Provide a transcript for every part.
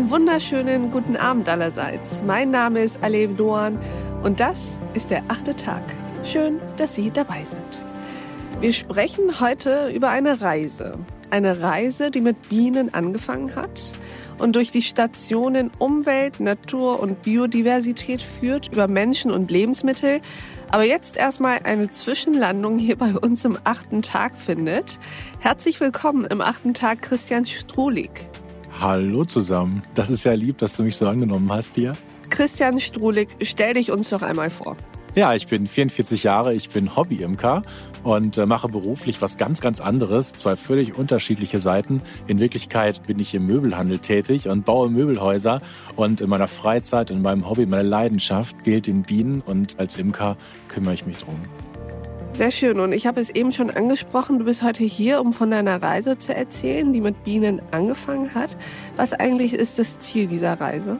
Einen wunderschönen guten Abend allerseits. Mein Name ist Alev Doan und das ist der 8. Tag. Schön, dass Sie dabei sind. Wir sprechen heute über eine Reise. Eine Reise, die mit Bienen angefangen hat und durch die Stationen Umwelt, Natur und Biodiversität führt, über Menschen und Lebensmittel, aber jetzt erstmal eine Zwischenlandung hier bei uns im 8. Tag findet. Herzlich willkommen im 8. Tag, Christian Strulig. Hallo zusammen. Das ist ja lieb, dass du mich so angenommen hast hier. Christian Strulig, stell dich uns doch einmal vor. Ja, ich bin 44 Jahre, ich bin Hobby-Imker und mache beruflich was ganz, ganz anderes. Zwei völlig unterschiedliche Seiten. In Wirklichkeit bin ich im Möbelhandel tätig und baue Möbelhäuser. Und in meiner Freizeit, in meinem Hobby, meine Leidenschaft gilt den Bienen. Und als Imker kümmere ich mich drum. Sehr schön. Und ich habe es eben schon angesprochen, du bist heute hier, um von deiner Reise zu erzählen, die mit Bienen angefangen hat. Was eigentlich ist das Ziel dieser Reise?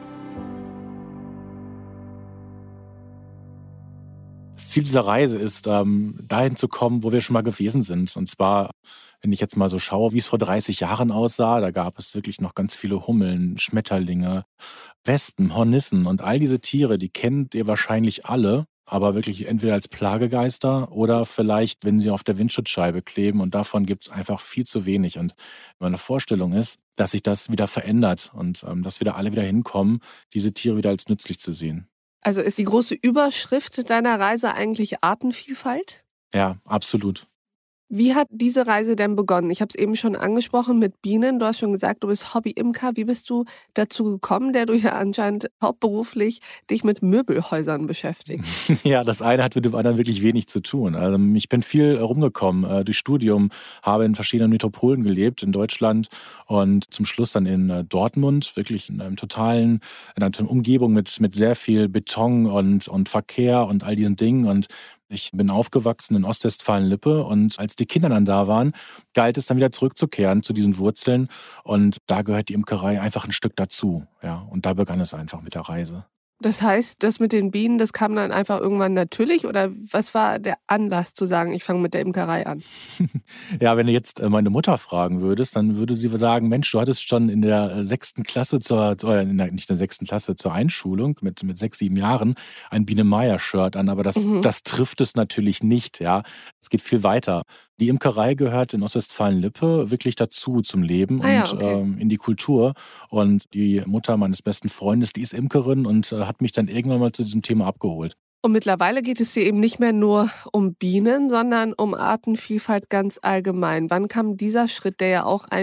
Das Ziel dieser Reise ist, dahin zu kommen, wo wir schon mal gewesen sind. Und zwar, wenn ich jetzt mal so schaue, wie es vor 30 Jahren aussah, da gab es wirklich noch ganz viele Hummeln, Schmetterlinge, Wespen, Hornissen und all diese Tiere, die kennt ihr wahrscheinlich alle, aber wirklich entweder als Plagegeister oder vielleicht, wenn sie auf der Windschutzscheibe kleben. Und davon gibt es einfach viel zu wenig. Und meine Vorstellung ist, dass sich das wieder verändert und dass wir da alle wieder hinkommen, diese Tiere wieder als nützlich zu sehen. Also ist die große Überschrift deiner Reise eigentlich Artenvielfalt? Ja, absolut. Wie hat diese Reise denn begonnen? Ich habe es eben schon angesprochen mit Bienen. Du hast schon gesagt, du bist Hobby-Imker. Wie bist du dazu gekommen, der du ja anscheinend hauptberuflich dich mit Möbelhäusern beschäftigst? Ja, das eine hat mit dem anderen wirklich wenig zu tun. Also ich bin viel rumgekommen durch Studium, habe in verschiedenen Metropolen gelebt in Deutschland und zum Schluss dann in Dortmund, wirklich in einer totalen Umgebung mit sehr viel Beton und Verkehr und all diesen Dingen. Und ich bin aufgewachsen in Ostwestfalen-Lippe und als die Kinder dann da waren, galt es dann wieder zurückzukehren zu diesen Wurzeln und da gehört die Imkerei einfach ein Stück dazu. Ja, und da begann es einfach mit der Reise. Das heißt, das mit den Bienen, das kam dann einfach irgendwann natürlich oder was war der Anlass zu sagen, ich fange mit der Imkerei an? Ja, wenn du jetzt meine Mutter fragen würdest, dann würde sie sagen, Mensch, du hattest schon in der 6. Klasse nicht in der 6. Klasse zur Einschulung mit 6, 7 Jahren ein Biene-Meier-Shirt an, aber das trifft es natürlich nicht, ja. Es geht viel weiter. Die Imkerei gehört in Ostwestfalen-Lippe wirklich dazu zum Leben und in die Kultur. Und die Mutter meines besten Freundes, die ist Imkerin und hat mich dann irgendwann mal zu diesem Thema abgeholt. Und mittlerweile geht es hier eben nicht mehr nur um Bienen, sondern um Artenvielfalt ganz allgemein. Wann kam dieser Schritt, der ja auch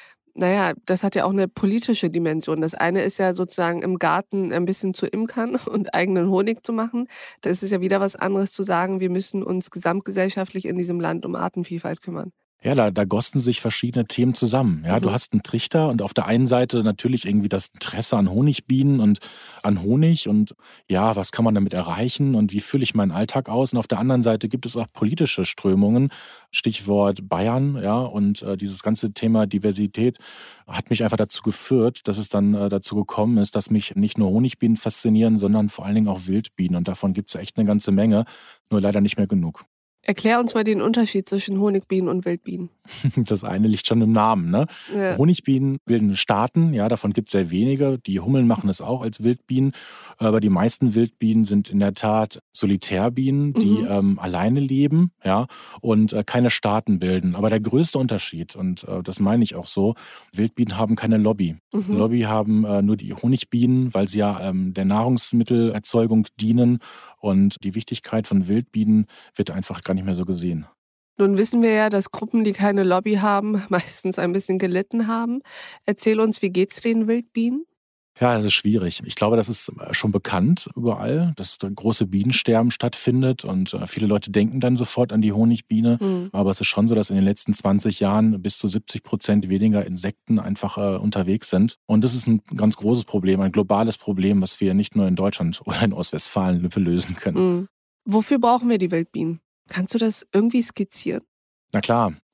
das hat ja auch eine politische Dimension. Das eine ist ja sozusagen im Garten ein bisschen zu imkern und eigenen Honig zu machen. Das ist ja wieder was anderes zu sagen, wir müssen uns gesamtgesellschaftlich in diesem Land um Artenvielfalt kümmern. Ja, da gossen sich verschiedene Themen zusammen. Ja, du hast einen Trichter und auf der einen Seite natürlich irgendwie das Interesse an Honigbienen und an Honig und ja, was kann man damit erreichen und wie fülle ich meinen Alltag aus? Und auf der anderen Seite gibt es auch politische Strömungen, Stichwort Bayern, ja, und dieses ganze Thema Diversität hat mich einfach dazu geführt, dass es dann dazu gekommen ist, dass mich nicht nur Honigbienen faszinieren, sondern vor allen Dingen auch Wildbienen. Und davon gibt es echt eine ganze Menge, nur leider nicht mehr genug. Erklär uns mal den Unterschied zwischen Honigbienen und Wildbienen. Das eine liegt schon im Namen, ne? Ja. Honigbienen bilden Staaten, ja, davon gibt es sehr wenige. Die Hummeln machen es auch als Wildbienen, aber die meisten Wildbienen sind in der Tat Solitärbienen, die alleine leben, ja, und keine Staaten bilden. Aber der größte Unterschied, und das meine ich auch so, Wildbienen haben keine Lobby. Lobby haben nur die Honigbienen, weil sie ja der Nahrungsmittelerzeugung dienen und die Wichtigkeit von Wildbienen wird einfach gar nicht mehr so gesehen. Nun wissen wir ja, dass Gruppen, die keine Lobby haben, meistens ein bisschen gelitten haben. Erzähl uns, wie geht's den Wildbienen? Ja, es ist schwierig. Ich glaube, das ist schon bekannt überall, dass da große Bienensterben stattfindet und viele Leute denken dann sofort an die Honigbiene. Aber es ist schon so, dass in den letzten 20 Jahren bis zu 70% weniger Insekten einfach unterwegs sind. Und das ist ein ganz großes Problem, ein globales Problem, was wir nicht nur in Deutschland oder in Ostwestfalen-Lippe lösen können. Wofür brauchen wir die Wildbienen? Kannst du das irgendwie skizzieren? Na klar,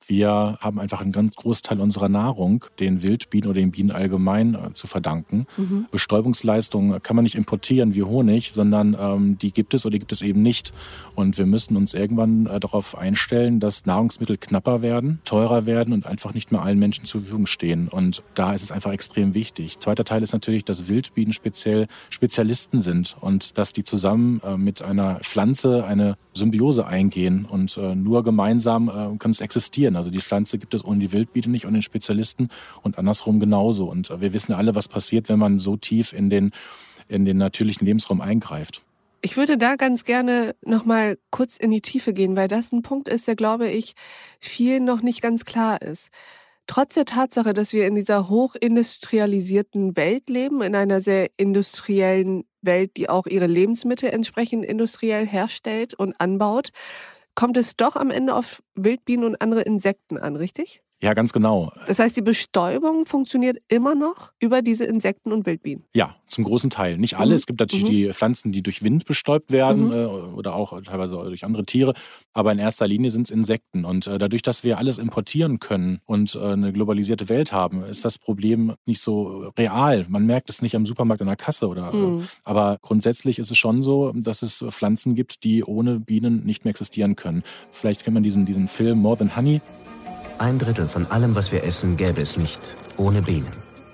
Wir haben einfach einen ganz Großteil unserer Nahrung den Wildbienen oder den Bienen allgemein zu verdanken. Bestäubungsleistung kann man nicht importieren wie Honig, sondern die gibt es oder die gibt es eben nicht. Und wir müssen uns irgendwann darauf einstellen, dass Nahrungsmittel knapper werden, teurer werden und einfach nicht mehr allen Menschen zur Verfügung stehen. Und da ist es einfach extrem wichtig. Zweiter Teil ist natürlich, dass Wildbienen speziell Spezialisten sind und dass die zusammen mit einer Pflanze eine Symbiose eingehen und nur gemeinsam kann es existieren. Also die Pflanze gibt es ohne die Wildbiene nicht und den Spezialisten und andersrum genauso. Und wir wissen alle, was passiert, wenn man so tief in den natürlichen Lebensraum eingreift. Ich würde da ganz gerne nochmal kurz in die Tiefe gehen, weil das ein Punkt ist, der, glaube ich, vielen noch nicht ganz klar ist. Trotz der Tatsache, dass wir in dieser hochindustrialisierten Welt leben, in einer sehr industriellen Welt, die auch ihre Lebensmittel entsprechend industriell herstellt und anbaut, kommt es doch am Ende auf Wildbienen und andere Insekten an, richtig? Ja, ganz genau. Das heißt, die Bestäubung funktioniert immer noch über diese Insekten und Wildbienen? Ja, zum großen Teil. Nicht alle. Es gibt natürlich die Pflanzen, die durch Wind bestäubt werden oder auch teilweise durch andere Tiere. Aber in erster Linie sind es Insekten. Und dadurch, dass wir alles importieren können und eine globalisierte Welt haben, ist das Problem nicht so real. Man merkt es nicht am Supermarkt an der Kasse. Aber grundsätzlich ist es schon so, dass es Pflanzen gibt, die ohne Bienen nicht mehr existieren können. Vielleicht kennt man diesen Film More Than Honey. 1/3 von allem, was wir essen, gäbe es nicht ohne Bienen.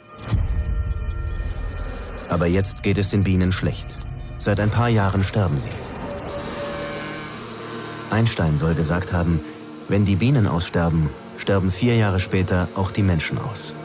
Aber jetzt geht es den Bienen schlecht. Seit ein paar Jahren sterben sie. Einstein soll gesagt haben, wenn die Bienen aussterben, sterben 4 Jahre später auch die Menschen aus.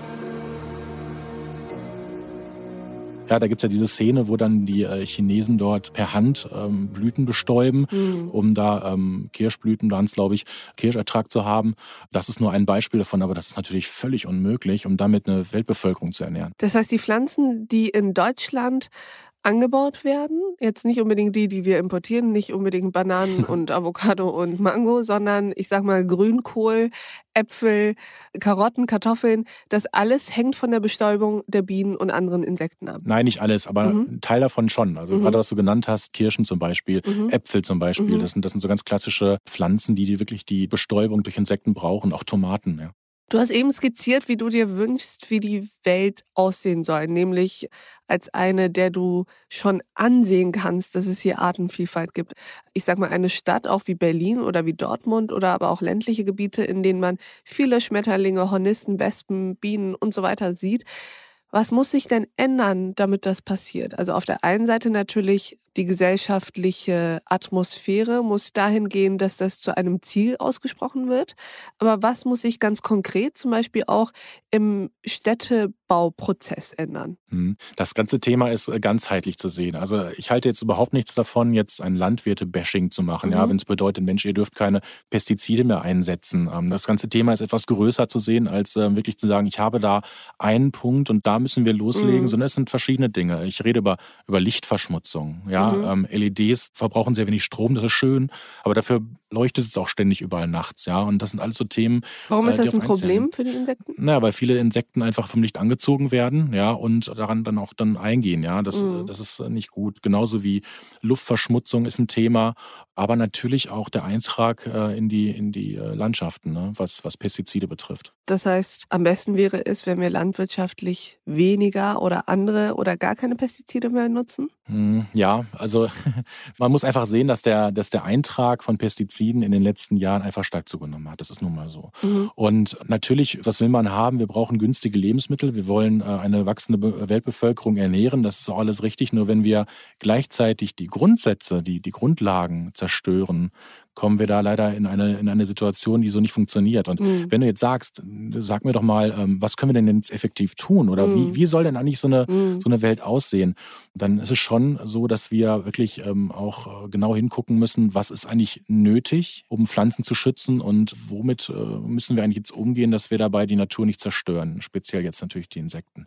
Ja, da gibt's ja diese Szene, wo dann die Chinesen dort per Hand Blüten bestäuben, um da Kirschblüten waren es, glaube ich, Kirschertrag zu haben. Das ist nur ein Beispiel davon, aber das ist natürlich völlig unmöglich, um damit eine Weltbevölkerung zu ernähren. Das heißt, die Pflanzen, die in Deutschland angebaut werden, jetzt nicht unbedingt die wir importieren, nicht unbedingt Bananen und Avocado und Mango, sondern ich sag mal Grünkohl, Äpfel, Karotten, Kartoffeln, das alles hängt von der Bestäubung der Bienen und anderen Insekten ab. Nein, nicht alles, aber ein Teil davon schon. Also gerade was du genannt hast, Kirschen zum Beispiel, Äpfel zum Beispiel, das sind so ganz klassische Pflanzen, die wirklich die Bestäubung durch Insekten brauchen, auch Tomaten, ja. Du hast eben skizziert, wie du dir wünschst, wie die Welt aussehen soll, nämlich als eine, der du schon ansehen kannst, dass es hier Artenvielfalt gibt. Ich sag mal, eine Stadt auch wie Berlin oder wie Dortmund oder aber auch ländliche Gebiete, in denen man viele Schmetterlinge, Hornissen, Wespen, Bienen und so weiter sieht. Was muss sich denn ändern, damit das passiert? Also auf der einen Seite natürlich die gesellschaftliche Atmosphäre muss dahin gehen, dass das zu einem Ziel ausgesprochen wird. Aber was muss sich ganz konkret zum Beispiel auch im Städtebauprozess ändern? Das ganze Thema ist ganzheitlich zu sehen. Also ich halte jetzt überhaupt nichts davon, jetzt ein Landwirte-Bashing zu machen. Ja, wenn es bedeutet, Mensch, ihr dürft keine Pestizide mehr einsetzen. Das ganze Thema ist etwas größer zu sehen, als wirklich zu sagen, ich habe da einen Punkt und da müssen wir loslegen, sondern es sind verschiedene Dinge. Ich rede über Lichtverschmutzung. Ja, LEDs verbrauchen sehr wenig Strom, das ist schön, aber dafür leuchtet es auch ständig überall nachts. Ja, und das sind alles so Themen. Warum ist das ein Problem für die Insekten? Naja, weil viele Insekten einfach vom Licht angezogen werden, ja, und daran dann auch eingehen. Ja, das ist nicht gut. Genauso wie Luftverschmutzung ist ein Thema, aber natürlich auch der Eintrag in die Landschaften, ne, was Pestizide betrifft. Das heißt, am besten wäre es, wenn wir landwirtschaftlich weniger oder andere oder gar keine Pestizide mehr nutzen? Ja, also man muss einfach sehen, dass der Eintrag von Pestiziden in den letzten Jahren einfach stark zugenommen hat. Das ist nun mal so. Und natürlich, was will man haben? Wir brauchen günstige Lebensmittel. Wir wollen eine wachsende Weltbevölkerung ernähren. Das ist auch alles richtig. Nur wenn wir gleichzeitig die Grundsätze, die Grundlagen zerstören, kommen wir da leider in eine Situation, die so nicht funktioniert. Und wenn du jetzt sagst, sag mir doch mal, was können wir denn jetzt effektiv tun? Oder wie soll denn eigentlich so eine Welt aussehen? Dann ist es schon so, dass wir wirklich auch genau hingucken müssen, was ist eigentlich nötig, um Pflanzen zu schützen und womit müssen wir eigentlich jetzt umgehen, dass wir dabei die Natur nicht zerstören. Speziell jetzt natürlich die Insekten.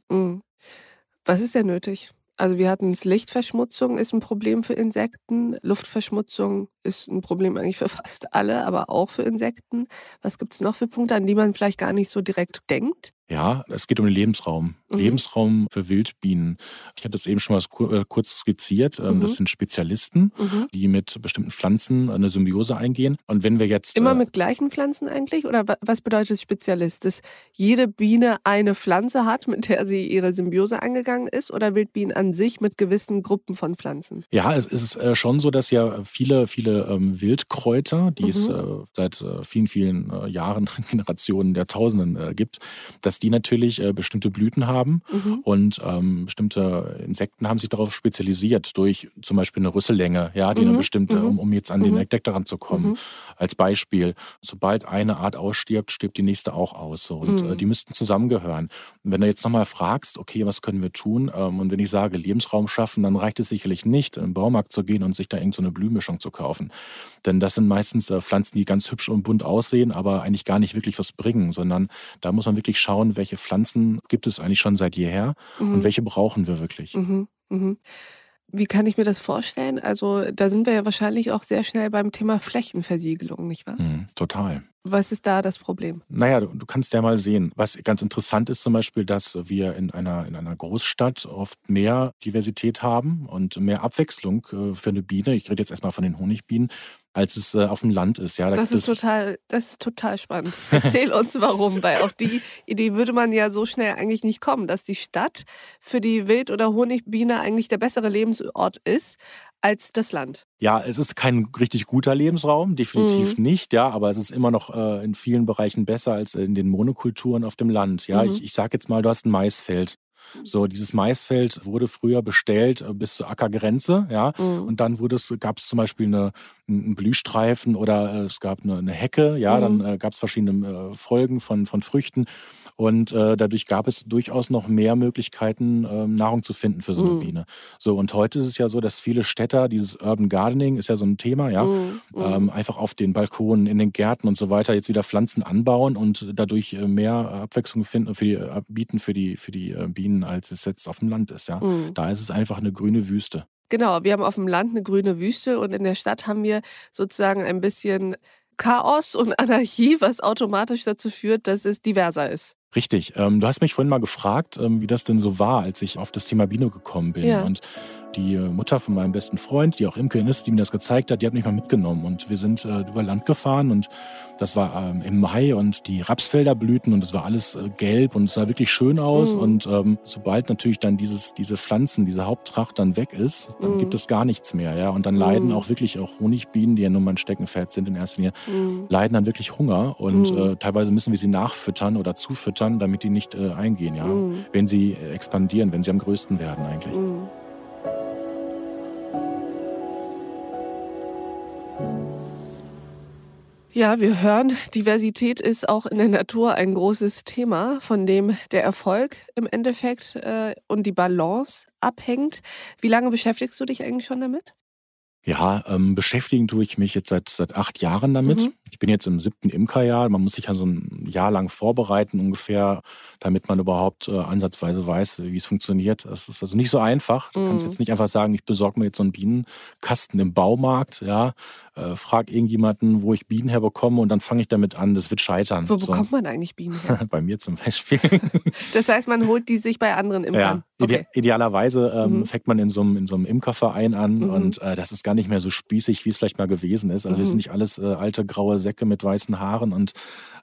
Was ist denn nötig? Also wir hatten es, Lichtverschmutzung ist ein Problem für Insekten, Luftverschmutzung ist ein Problem eigentlich für fast alle, aber auch für Insekten. Was gibt es noch für Punkte, an die man vielleicht gar nicht so direkt denkt? Ja, es geht um den Lebensraum. Lebensraum für Wildbienen. Ich hatte das eben schon mal kurz skizziert. Das sind Spezialisten, die mit bestimmten Pflanzen eine Symbiose eingehen. Und wenn wir jetzt... Immer mit gleichen Pflanzen eigentlich? Oder was bedeutet Spezialist? Dass jede Biene eine Pflanze hat, mit der sie ihre Symbiose eingegangen ist? Oder Wildbienen an sich mit gewissen Gruppen von Pflanzen? Ja, es ist schon so, dass ja viele Wildkräuter, die es seit vielen, vielen Jahren, Generationen, Jahrtausenden gibt, dass die natürlich bestimmte Blüten haben und bestimmte Insekten haben sich darauf spezialisiert durch zum Beispiel eine Rüssellänge, ja, die eine bestimmte, um jetzt an den Nektar ranzukommen. Als Beispiel, sobald eine Art ausstirbt, stirbt die nächste auch aus. So. Und die müssten zusammengehören. Und wenn du jetzt nochmal fragst, okay, was können wir tun? Und wenn ich sage, Lebensraum schaffen, dann reicht es sicherlich nicht, im Baumarkt zu gehen und sich da irgend so eine Blühmischung zu kaufen. Denn das sind meistens Pflanzen, die ganz hübsch und bunt aussehen, aber eigentlich gar nicht wirklich was bringen, sondern da muss man wirklich schauen, welche Pflanzen gibt es eigentlich schon seit jeher und welche brauchen wir wirklich. Wie kann ich mir das vorstellen? Also da sind wir ja wahrscheinlich auch sehr schnell beim Thema Flächenversiegelung, nicht wahr? Total. Was ist da das Problem? Naja, du kannst ja mal sehen. Was ganz interessant ist zum Beispiel, dass wir in einer Großstadt oft mehr Diversität haben und mehr Abwechslung für eine Biene. Ich rede jetzt erstmal von den Honigbienen, als es auf dem Land ist. Ja, das ist total spannend. Erzähl uns warum, weil auf die Idee würde man ja so schnell eigentlich nicht kommen, dass die Stadt für die Wild- oder Honigbiene eigentlich der bessere Lebensort ist als das Land. Ja, es ist kein richtig guter Lebensraum, definitiv nicht, ja, aber es ist immer noch in vielen Bereichen besser als in den Monokulturen auf dem Land. Ja, ich sag jetzt mal, du hast ein Maisfeld. So, dieses Maisfeld wurde früher bestellt bis zur Ackergrenze, ja, und dann gab es zum Beispiel einen Blühstreifen oder es gab eine Hecke, ja, dann gab es verschiedene Folgen von Früchten und dadurch gab es durchaus noch mehr Möglichkeiten, Nahrung zu finden für so eine Biene. So, und heute ist es ja so, dass viele Städter, dieses Urban Gardening ist ja so ein Thema, ja, einfach auf den Balkonen, in den Gärten und so weiter jetzt wieder Pflanzen anbauen und dadurch mehr Abwechslung bieten für die Bienen, als es jetzt auf dem Land ist. Ja. Da ist es einfach eine grüne Wüste. Genau, wir haben auf dem Land eine grüne Wüste und in der Stadt haben wir sozusagen ein bisschen Chaos und Anarchie, was automatisch dazu führt, dass es diverser ist. Richtig. Du hast mich vorhin mal gefragt, wie das denn so war, als ich auf das Thema Biene gekommen bin. Ja. Und die Mutter von meinem besten Freund, die auch Imkerin ist, die mir das gezeigt hat, die hat mich mal mitgenommen. Und wir sind über Land gefahren und das war im Mai und die Rapsfelder blühten und es war alles gelb und es sah wirklich schön aus. Und sobald natürlich dann diese Pflanzen, diese Haupttracht dann weg ist, dann gibt es gar nichts mehr. Ja? Und dann leiden auch wirklich auch Honigbienen, die ja nun mal ein Steckenpferd sind in erster Linie, leiden dann wirklich Hunger. Und teilweise müssen wir sie nachfüttern oder zufüttern, damit die nicht eingehen, ja? Wenn sie expandieren, wenn sie am größten werden eigentlich. Ja, wir hören, Diversität ist auch in der Natur ein großes Thema, von dem der Erfolg im Endeffekt und die Balance abhängt. Wie lange beschäftigst du dich eigentlich schon damit? Ja, beschäftigen tue ich mich jetzt seit 8 Jahren damit. Ich bin jetzt im 7. Imkerjahr. Man muss sich ja so ein Jahr lang vorbereiten ungefähr, damit man überhaupt ansatzweise weiß, wie es funktioniert. Das ist also nicht so einfach. Du kannst jetzt nicht einfach sagen, ich besorge mir jetzt so einen Bienenkasten im Baumarkt, ja, frag irgendjemanden, wo ich Bienen herbekomme und dann fange ich damit an. Das wird scheitern. Wo bekommt man eigentlich Bienen her? Bei mir zum Beispiel. Das heißt, man holt die sich bei anderen Imkern? Ja, Okay. idealerweise fängt man in so einem Imkerverein an und das ist gar nicht mehr so spießig, wie es vielleicht mal gewesen ist. Also wir sind nicht alles alte graue Säcke mit weißen Haaren und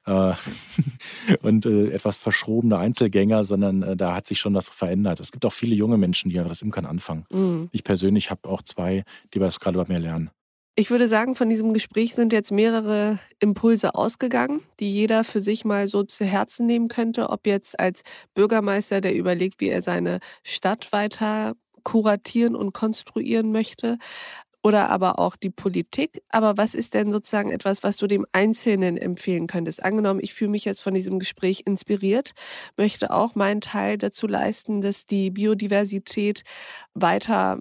etwas verschrobene Einzelgänger, sondern da hat sich schon was verändert. Es gibt auch viele junge Menschen, die das Imkern anfangen. Ich persönlich habe auch 2, die das gerade bei mir lernen. Ich würde sagen, von diesem Gespräch sind jetzt mehrere Impulse ausgegangen, die jeder für sich mal so zu Herzen nehmen könnte, ob jetzt als Bürgermeister, der überlegt, wie er seine Stadt weiter kuratieren und konstruieren möchte, oder aber auch die Politik. Aber was ist denn sozusagen etwas, was du dem Einzelnen empfehlen könntest? Angenommen, ich fühle mich jetzt von diesem Gespräch inspiriert, möchte auch meinen Teil dazu leisten, dass die Biodiversität weiter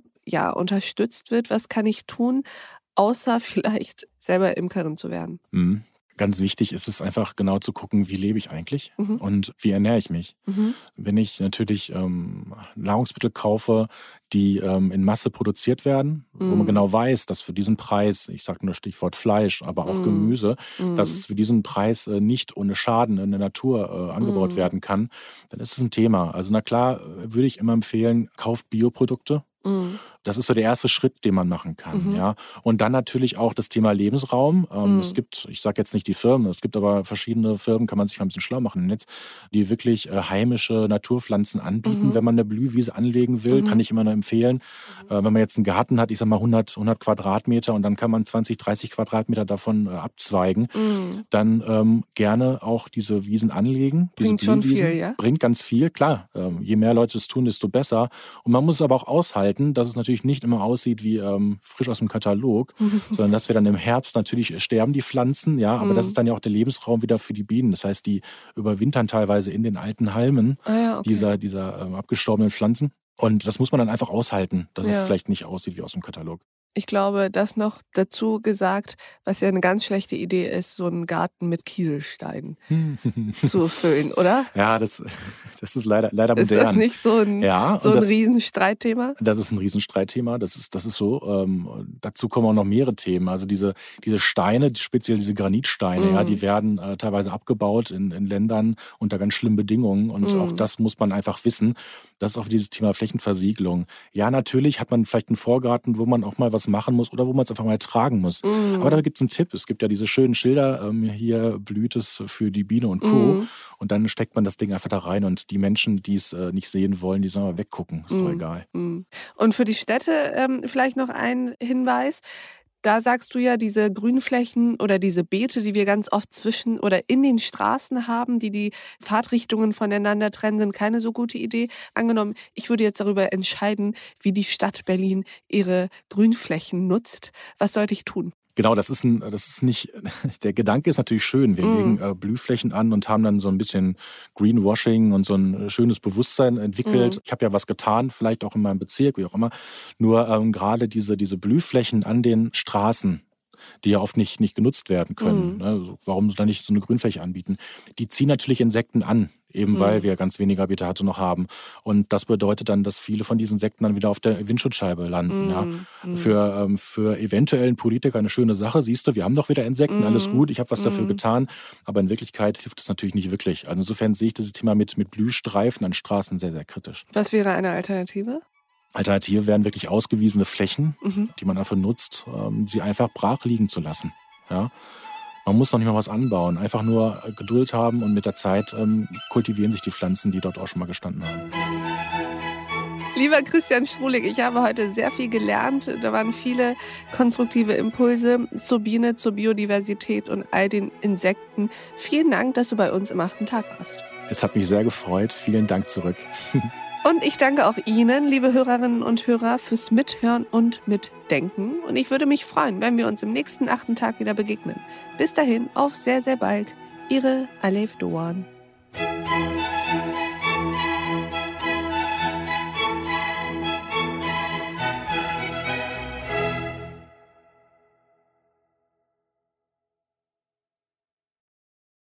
unterstützt wird. Was kann ich tun, außer vielleicht selber Imkerin zu werden? Ganz wichtig ist es einfach genau zu gucken, wie lebe ich eigentlich und wie ernähre ich mich. Wenn ich natürlich Nahrungsmittel kaufe, die in Masse produziert werden, wo man genau weiß, dass für diesen Preis, ich sage nur Stichwort Fleisch, aber auch Gemüse, dass es für diesen Preis nicht ohne Schaden in der Natur angebaut werden kann, dann ist es ein Thema. Also na klar, würde ich immer empfehlen, kauft Bioprodukte. Das ist so der erste Schritt, den man machen kann. Ja. Und dann natürlich auch das Thema Lebensraum. Es gibt, ich sage jetzt nicht die Firmen, es gibt aber verschiedene Firmen, kann man sich mal ein bisschen schlau machen im Netz, die wirklich heimische Naturpflanzen anbieten. Wenn man eine Blühwiese anlegen will, kann ich immer nur empfehlen. Wenn man jetzt einen Garten hat, ich sage mal 100 Quadratmeter und dann kann man 20, 30 Quadratmeter davon abzweigen, dann gerne auch diese Wiesen anlegen. Diese Bringt schon viel, ja? Bringt ganz viel, klar. Je mehr Leute es tun, desto besser. Und man muss es aber auch aushalten, dass es natürlich nicht immer aussieht wie frisch aus dem Katalog, sondern dass wir dann im Herbst natürlich sterben die Pflanzen, ja, aber das ist dann ja auch der Lebensraum wieder für die Bienen. Das heißt, die überwintern teilweise in den alten Halmen dieser abgestorbenen Pflanzen. Und das muss man dann einfach aushalten, dass es vielleicht nicht aussieht wie aus dem Katalog. Ich glaube, das noch dazu gesagt, was ja eine ganz schlechte Idee ist, so einen Garten mit Kieselsteinen zu füllen, oder? Ja, das ist leider modern. Ist das nicht so ein Riesenstreitthema? Das ist ein Riesenstreitthema. Das ist so. Dazu kommen auch noch mehrere Themen. Also diese Steine, speziell diese Granitsteine, die werden teilweise abgebaut in Ländern unter ganz schlimmen Bedingungen. Und auch das muss man einfach wissen. Das ist auch dieses Thema Flächenversiegelung. Ja, natürlich hat man vielleicht einen Vorgarten, wo man auch mal was machen muss oder wo man es einfach mal ertragen muss. Aber da gibt es einen Tipp. Es gibt ja diese schönen Schilder, hier blüht es für die Biene und Co. Und dann steckt man das Ding einfach da rein und die Menschen, die es nicht sehen wollen, die sollen mal weggucken. Ist doch egal. Und für die Städte vielleicht noch ein Hinweis. Da sagst du ja, diese Grünflächen oder diese Beete, die wir ganz oft zwischen oder in den Straßen haben, die Fahrtrichtungen voneinander trennen, sind keine so gute Idee. Angenommen, ich würde jetzt darüber entscheiden, wie die Stadt Berlin ihre Grünflächen nutzt. Was sollte ich tun? Genau, das ist nicht, der Gedanke ist natürlich schön. Wir legen Blühflächen an und haben dann so ein bisschen Greenwashing und so ein schönes Bewusstsein entwickelt. Ich habe ja was getan, vielleicht auch in meinem Bezirk, wie auch immer. Nur gerade diese Blühflächen an den Straßen, die ja oft nicht genutzt werden können. Also warum dann nicht so eine Grünfläche anbieten? Die ziehen natürlich Insekten an, eben weil wir ganz wenige Habitate noch haben. Und das bedeutet dann, dass viele von diesen Insekten dann wieder auf der Windschutzscheibe landen. Ja. Für eventuellen Politiker eine schöne Sache. Siehst du, wir haben doch wieder Insekten, alles gut, ich habe was dafür getan. Aber in Wirklichkeit hilft es natürlich nicht wirklich. Also insofern sehe ich dieses Thema mit Blühstreifen an Straßen sehr, sehr kritisch. Was wäre eine Alternative? Alternative wären wirklich ausgewiesene Flächen, die man dafür nutzt, sie einfach brach liegen zu lassen. Ja? Man muss noch nicht mal was anbauen, einfach nur Geduld haben und mit der Zeit kultivieren sich die Pflanzen, die dort auch schon mal gestanden haben. Lieber Christian Strulig, ich habe heute sehr viel gelernt. Da waren viele konstruktive Impulse zur Biene, zur Biodiversität und all den Insekten. Vielen Dank, dass du bei uns im 8. Tag warst. Es hat mich sehr gefreut. Vielen Dank zurück. Und ich danke auch Ihnen, liebe Hörerinnen und Hörer, fürs Mithören und Mitdenken. Und ich würde mich freuen, wenn wir uns im nächsten 8. Tag wieder begegnen. Bis dahin, auf sehr, sehr bald. Ihre Alev Doğan.